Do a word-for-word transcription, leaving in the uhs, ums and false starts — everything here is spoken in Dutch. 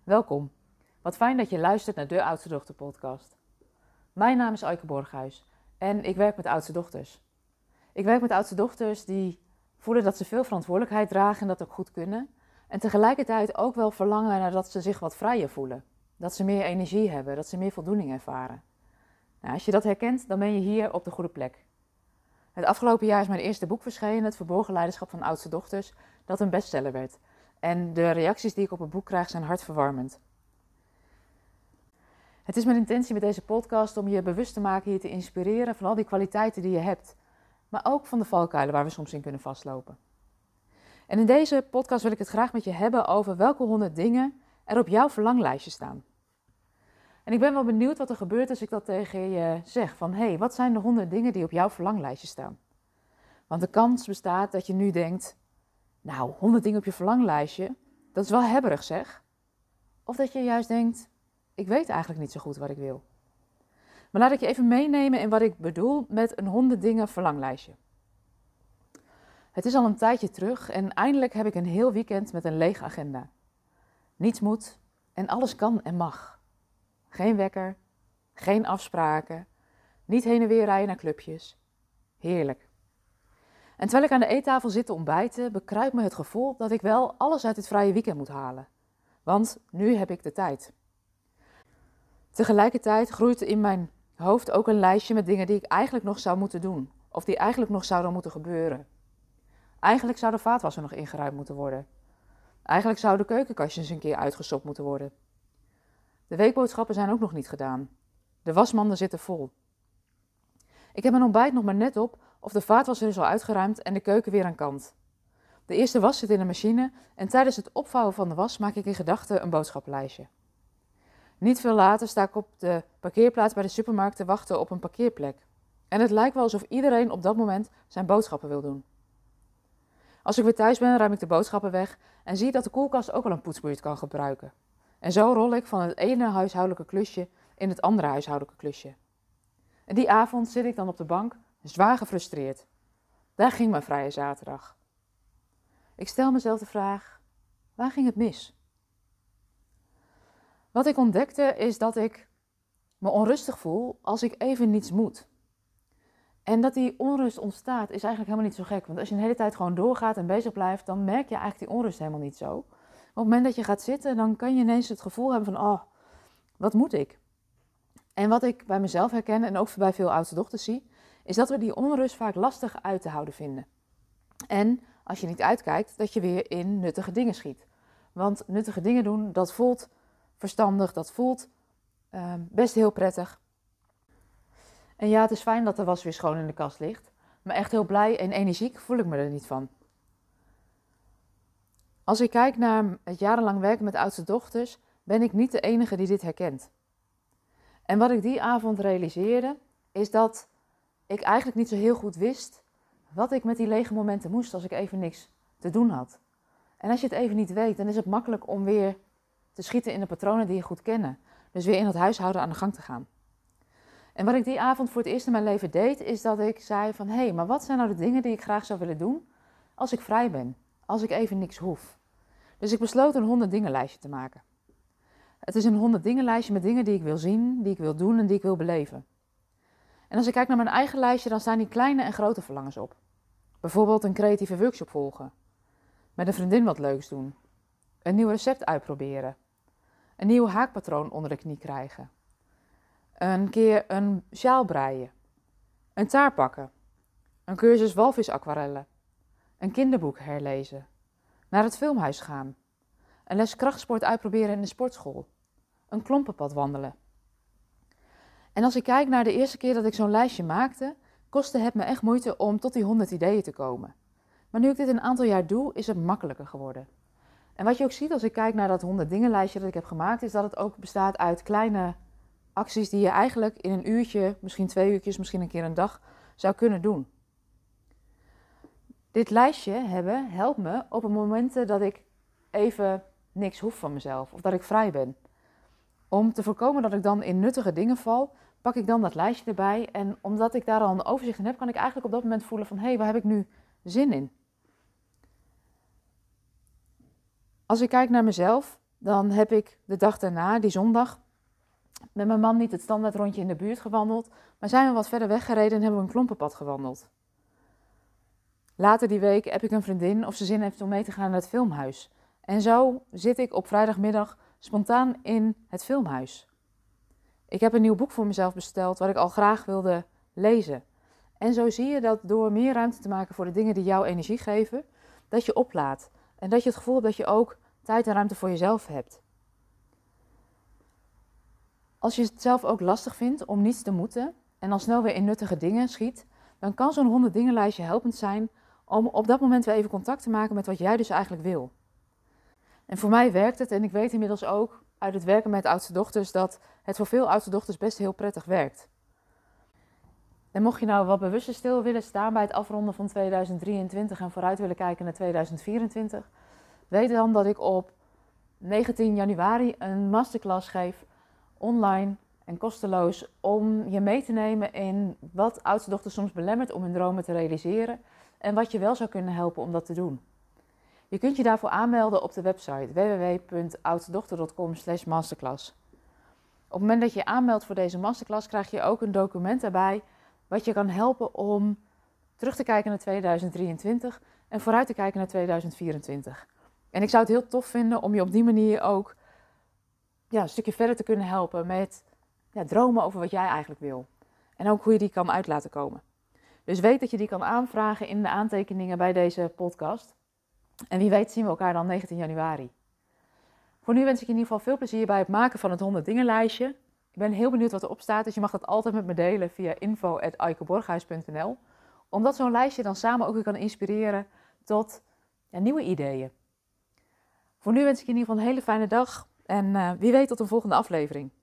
Welkom. Wat fijn dat je luistert naar de Oudste Dochter podcast. Mijn naam is Aike Borghuis en ik werk met oudste dochters. Ik werk met oudste dochters die voelen dat ze veel verantwoordelijkheid dragen en dat ook goed kunnen. En tegelijkertijd ook wel verlangen naar dat ze zich wat vrijer voelen. Dat ze meer energie hebben, dat ze meer voldoening ervaren. Nou, als je dat herkent, dan ben je hier op de goede plek. Het afgelopen jaar is mijn eerste boek verschenen, Het Verborgen Leiderschap van Oudste Dochters, dat een bestseller werd. En de reacties die ik op het boek krijg zijn hartverwarmend. Het is mijn intentie met deze podcast om je bewust te maken, je te inspireren van al die kwaliteiten die je hebt. Maar ook van de valkuilen waar we soms in kunnen vastlopen. En in deze podcast wil ik het graag met je hebben over welke honderd dingen er op jouw verlanglijstje staan. En ik ben wel benieuwd wat er gebeurt als ik dat tegen je zeg. Van hé, hey, wat zijn de honderd dingen die op jouw verlanglijstje staan? Want de kans bestaat dat je nu denkt, nou, honderd dingen op je verlanglijstje, dat is wel hebberig zeg. Of dat je juist denkt, ik weet eigenlijk niet zo goed wat ik wil. Maar laat ik je even meenemen in wat ik bedoel met een honderd dingen verlanglijstje. Het is al een tijdje terug en eindelijk heb ik een heel weekend met een lege agenda. Niets moet en alles kan en mag. Geen wekker, geen afspraken, niet heen en weer rijden naar clubjes. Heerlijk. En terwijl ik aan de eettafel zit te ontbijten, bekruipt me het gevoel dat ik wel alles uit dit vrije weekend moet halen. Want nu heb ik de tijd. Tegelijkertijd groeit er in mijn hoofd ook een lijstje met dingen die ik eigenlijk nog zou moeten doen. Of die eigenlijk nog zouden moeten gebeuren. Eigenlijk zou de vaatwasser nog ingeruimd moeten worden. Eigenlijk zouden de keukenkastjes een keer uitgesopt moeten worden. De weekboodschappen zijn ook nog niet gedaan. De wasmanden zitten vol. Ik heb mijn ontbijt nog maar net op of de vaatwasser is al uitgeruimd en de keuken weer aan kant. De eerste was zit in de machine en tijdens het opvouwen van de was maak ik in gedachten een boodschappenlijstje. Niet veel later sta ik op de parkeerplaats bij de supermarkt te wachten op een parkeerplek. En het lijkt wel alsof iedereen op dat moment zijn boodschappen wil doen. Als ik weer thuis ben, ruim ik de boodschappen weg en zie dat de koelkast ook al een poetsbeurt kan gebruiken. En zo rol ik van het ene huishoudelijke klusje in het andere huishoudelijke klusje. En die avond zit ik dan op de bank, zwaar gefrustreerd. Daar ging mijn vrije zaterdag. Ik stel mezelf de vraag, waar ging het mis? Wat ik ontdekte is dat ik me onrustig voel als ik even niets moet. En dat die onrust ontstaat is eigenlijk helemaal niet zo gek. Want als je een hele tijd gewoon doorgaat en bezig blijft, dan merk je eigenlijk die onrust helemaal niet zo. Op het moment dat je gaat zitten, dan kan je ineens het gevoel hebben van, oh, wat moet ik? En wat ik bij mezelf herken en ook bij veel oudste dochters zie, is dat we die onrust vaak lastig uit te houden vinden. En als je niet uitkijkt, dat je weer in nuttige dingen schiet. Want nuttige dingen doen, dat voelt verstandig, dat voelt uh, best heel prettig. En ja, het is fijn dat de was weer schoon in de kast ligt, maar echt heel blij en energiek voel ik me er niet van. Als ik kijk naar het jarenlang werken met oudste dochters, ben ik niet de enige die dit herkent. En wat ik die avond realiseerde, is dat ik eigenlijk niet zo heel goed wist wat ik met die lege momenten moest als ik even niks te doen had. En als je het even niet weet, dan is het makkelijk om weer te schieten in de patronen die je goed kennen. Dus weer in het huishouden aan de gang te gaan. En wat ik die avond voor het eerst in mijn leven deed, is dat ik zei van, hé, hey, maar wat zijn nou de dingen die ik graag zou willen doen als ik vrij ben? Als ik even niks hoef. Dus ik besloot een honderd dingen lijstje te maken. Het is een honderd dingen lijstje met dingen die ik wil zien, die ik wil doen en die ik wil beleven. En als ik kijk naar mijn eigen lijstje, dan staan die kleine en grote verlangens op. Bijvoorbeeld een creatieve workshop volgen. Met een vriendin wat leuks doen. Een nieuw recept uitproberen. Een nieuw haakpatroon onder de knie krijgen. Een keer een sjaal breien. Een taart pakken. Een cursus walvisaquarellen. Een kinderboek herlezen. Naar het filmhuis gaan. Een les krachtsport uitproberen in de sportschool. Een klompenpad wandelen. En als ik kijk naar de eerste keer dat ik zo'n lijstje maakte, kostte het me echt moeite om tot die honderd ideeën te komen. Maar nu ik dit een aantal jaar doe, is het makkelijker geworden. En wat je ook ziet als ik kijk naar dat honderd dingen lijstje dat ik heb gemaakt, is dat het ook bestaat uit kleine acties die je eigenlijk in een uurtje, misschien twee uurtjes, misschien een keer een dag zou kunnen doen. Dit lijstje hebben helpt me op het momenten dat ik even niks hoef van mezelf of dat ik vrij ben. Om te voorkomen dat ik dan in nuttige dingen val, pak ik dan dat lijstje erbij. En omdat ik daar al een overzicht in heb, kan ik eigenlijk op dat moment voelen van, hé, hey, waar heb ik nu zin in? Als ik kijk naar mezelf, Dan heb ik de dag daarna, die zondag, met mijn man niet het standaard rondje in de buurt gewandeld, maar zijn we wat verder weggereden en hebben we een klompenpad gewandeld. Later die week heb ik een vriendin of ze zin heeft om mee te gaan naar het filmhuis. En zo zit ik op vrijdagmiddag spontaan in het filmhuis. Ik heb een nieuw boek voor mezelf besteld wat ik al graag wilde lezen. En zo zie je dat door meer ruimte te maken voor de dingen die jou energie geven, dat je oplaadt. En dat je het gevoel hebt dat je ook tijd en ruimte voor jezelf hebt. Als je het zelf ook lastig vindt om niets te moeten en al snel weer in nuttige dingen schiet, dan kan zo'n honderd dingenlijstje helpend zijn om op dat moment weer even contact te maken met wat jij dus eigenlijk wil. En voor mij werkt het en ik weet inmiddels ook uit het werken met oudste dochters dat het voor veel oudste dochters best heel prettig werkt. En mocht je nou wat bewuster stil willen staan bij het afronden van tweeduizend drieëntwintig en vooruit willen kijken naar tweeduizend vierentwintig, weet dan dat ik op negentien januari een masterclass geef, online en kosteloos, om je mee te nemen in wat oudste dochters soms belemmert om hun dromen te realiseren en wat je wel zou kunnen helpen om dat te doen. Je kunt je daarvoor aanmelden op de website w w w punt oudstedochter punt com slash masterclass. Op het moment dat je je aanmeldt voor deze masterclass krijg je ook een document erbij wat je kan helpen om terug te kijken naar tweeduizend drieëntwintig en vooruit te kijken naar tweeduizend vierentwintig. En ik zou het heel tof vinden om je op die manier ook ja, een stukje verder te kunnen helpen met ja, dromen over wat jij eigenlijk wil. En ook hoe je die kan uit laten komen. Dus weet dat je die kan aanvragen in de aantekeningen bij deze podcast. En wie weet zien we elkaar dan negentien januari. Voor nu wens ik je in ieder geval veel plezier bij het maken van het honderd dingen lijstje. Ik ben heel benieuwd wat erop staat, dus je mag dat altijd met me delen via info at aikeborghuis punt n l. Omdat zo'n lijstje dan samen ook weer kan inspireren tot ja, nieuwe ideeën. Voor nu wens ik je in ieder geval een hele fijne dag en uh, wie weet tot een volgende aflevering.